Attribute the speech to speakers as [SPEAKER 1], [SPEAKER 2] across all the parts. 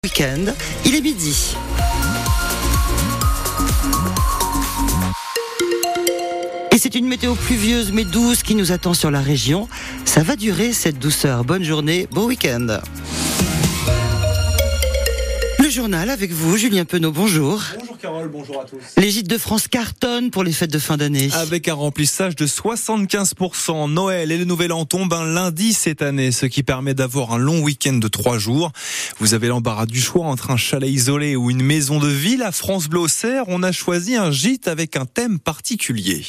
[SPEAKER 1] Week-end, il est midi. Et c'est une météo pluvieuse mais douce qui nous attend sur la région. Ça va durer cette douceur. Bonne journée, bon week-end. Le journal avec vous, Julien Penaud, bonjour.
[SPEAKER 2] Bonjour Carole, bonjour à tous.
[SPEAKER 1] Les gîtes de France cartonnent pour les fêtes de fin d'année.
[SPEAKER 2] Avec un remplissage de 75%, Noël et le Nouvel An tombent un lundi cette année, ce qui permet d'avoir un long week-end de 3 jours. Vous avez l'embarras du choix entre un chalet isolé ou une maison de ville. À France Bleu Auxerre, on a choisi un gîte avec un thème particulier.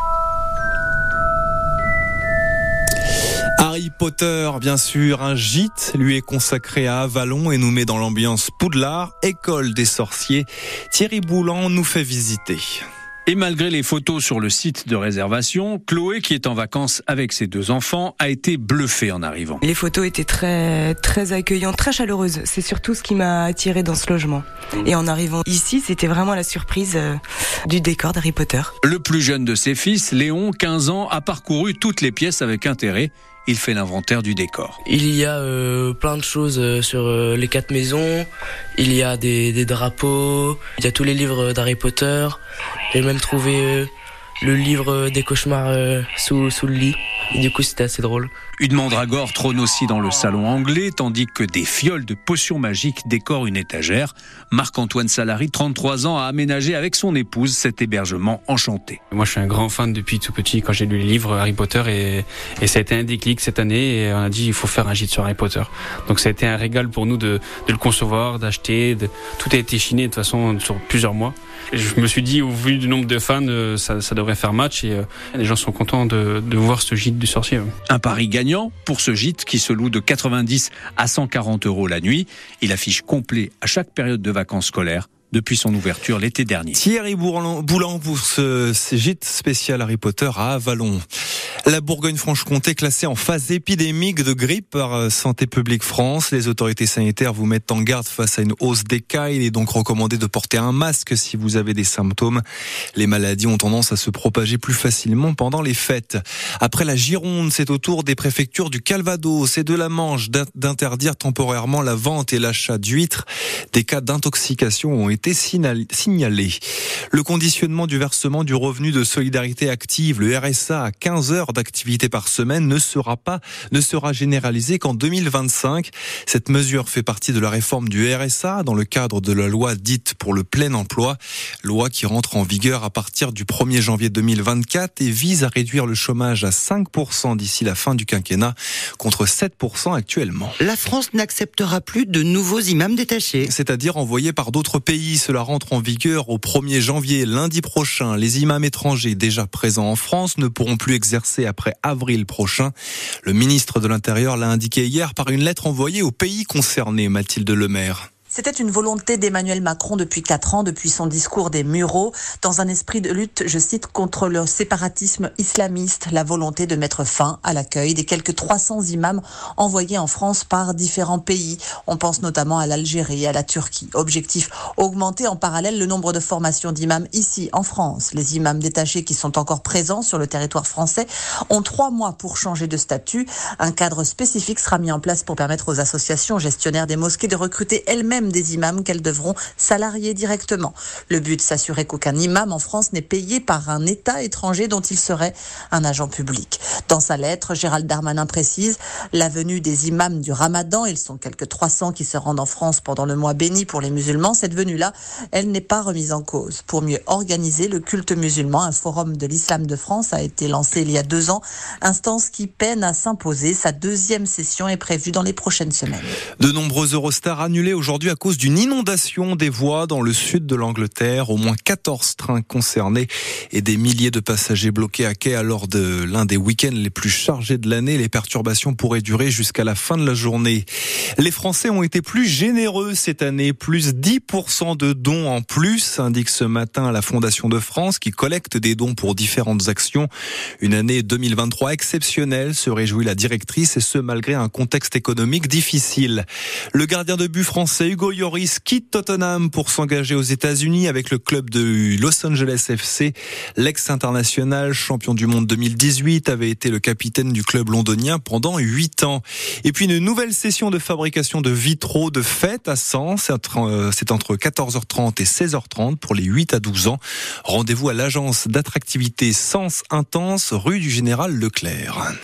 [SPEAKER 2] Harry Potter, bien sûr, un gîte lui est consacré à Avallon et nous met dans l'ambiance Poudlard, école des sorciers. Thierry Boulan nous fait visiter.
[SPEAKER 3] Et malgré les photos sur le site de réservation, Chloé, qui est en vacances avec ses 2 enfants, a été bluffée en arrivant.
[SPEAKER 4] Les photos étaient très accueillantes, très chaleureuses. C'est surtout ce qui m'a attirée dans ce logement. Et en arrivant ici, c'était vraiment la surprise du décor d'Harry Potter.
[SPEAKER 3] Le plus jeune de ses fils, Léon, 15 ans, a parcouru toutes les pièces avec intérêt. Il fait l'inventaire du décor.
[SPEAKER 5] Il y a plein de choses sur les 4 maisons. Il y a des drapeaux. Il y a tous les livres d'Harry Potter. J'ai même trouvé le livre des cauchemars sous le lit. Et du coup, c'était assez drôle.
[SPEAKER 3] Une mandragore trône aussi dans le salon anglais, tandis que des fioles de potions magiques décorent une étagère. Marc-Antoine Salary, 33 ans, a aménagé avec son épouse cet hébergement enchanté.
[SPEAKER 6] Moi, je suis un grand fan depuis tout petit quand j'ai lu les livres Harry Potter et ça a été un déclic cette année et on a dit il faut faire un gîte sur Harry Potter. Donc ça a été un régal pour nous de le concevoir, d'acheter. Tout a été chiné de toute façon sur plusieurs mois. Et je me suis dit, au vu du nombre de fans, ça devrait faire match et les gens sont contents de voir ce gîte du sorcier.
[SPEAKER 3] Un pari gagnant pour ce gîte qui se loue de 90 à 140 € la nuit. Il affiche complet à chaque période de vacances scolaires depuis son ouverture l'été dernier.
[SPEAKER 2] Thierry Boulan pour ce gîte spécial Harry Potter à Avallon. La Bourgogne-Franche-Comté classée en phase épidémique de grippe par Santé publique France. Les autorités sanitaires vous mettent en garde face à une hausse des cas. Il est donc recommandé de porter un masque si vous avez des symptômes. Les maladies ont tendance à se propager plus facilement pendant les fêtes. Après la Gironde, c'est au tour des préfectures du Calvados et de la Manche d'interdire temporairement la vente et l'achat d'huîtres. Des cas d'intoxication ont été signalés. Le conditionnement du versement du revenu de solidarité active, le RSA, à 15 heures d'activité par semaine ne sera généralisé qu'en 2025. Cette mesure fait partie de la réforme du RSA dans le cadre de la loi dite pour le plein emploi, loi qui rentre en vigueur à partir du 1er janvier 2024 et vise à réduire le chômage à 5% d'ici la fin du quinquennat contre 7% actuellement.
[SPEAKER 1] La France n'acceptera plus de nouveaux imams détachés.
[SPEAKER 2] C'est-à-dire envoyés par d'autres pays. Cela rentre en vigueur au 1er janvier, lundi prochain. Les imams étrangers déjà présents en France ne pourront plus exercer après avril prochain. Le ministre de l'Intérieur l'a indiqué hier par une lettre envoyée aux pays concernés, Mathilde Lemaire.
[SPEAKER 7] C'était une volonté d'Emmanuel Macron depuis 4 ans, depuis son discours des Mureaux, dans un esprit de lutte, je cite, contre le séparatisme islamiste, la volonté de mettre fin à l'accueil des quelques 300 imams envoyés en France par différents pays. On pense notamment à l'Algérie, à la Turquie. Objectif, augmenter en parallèle le nombre de formations d'imams ici, en France. Les imams détachés qui sont encore présents sur le territoire français ont 3 mois pour changer de statut. Un cadre spécifique sera mis en place pour permettre aux associations gestionnaires des mosquées de recruter elles-mêmes des imams qu'elles devront salarier directement. Le but, s'assurer qu'aucun imam en France n'est payé par un État étranger dont il serait un agent public. Dans sa lettre, Gérald Darmanin précise la venue des imams du Ramadan. Ils sont quelques 300 qui se rendent en France pendant le mois béni pour les musulmans. Cette venue-là, elle n'est pas remise en cause. Pour mieux organiser le culte musulman, un forum de l'islam de France a été lancé il y a 2 ans. Instance qui peine à s'imposer. Sa 2e session est prévue dans les prochaines semaines.
[SPEAKER 2] De nombreux Eurostars annulés aujourd'hui à cause d'une inondation des voies dans le sud de l'Angleterre. Au moins 14 trains concernés et des milliers de passagers bloqués à quai lors de l'un des week-ends les plus chargés de l'année. Les perturbations pourraient durer jusqu'à la fin de la journée. Les Français ont été plus généreux cette année, plus 10% de dons en plus, indique ce matin la Fondation de France qui collecte des dons pour différentes actions. Une année 2023 exceptionnelle, se réjouit la directrice, et ce malgré un contexte économique difficile. Le gardien de but français Hugo Hugo Lloris quitte Tottenham pour s'engager aux États-Unis avec le club de Los Angeles FC. L'ex-international champion du monde 2018 avait été le capitaine du club londonien pendant 8 ans. Et puis une nouvelle session de fabrication de vitraux de fête à Sens. C'est entre 14h30 et 16h30 pour les 8 à 12 ans. Rendez-vous à l'agence d'attractivité Sens Intense, rue du Général Leclerc.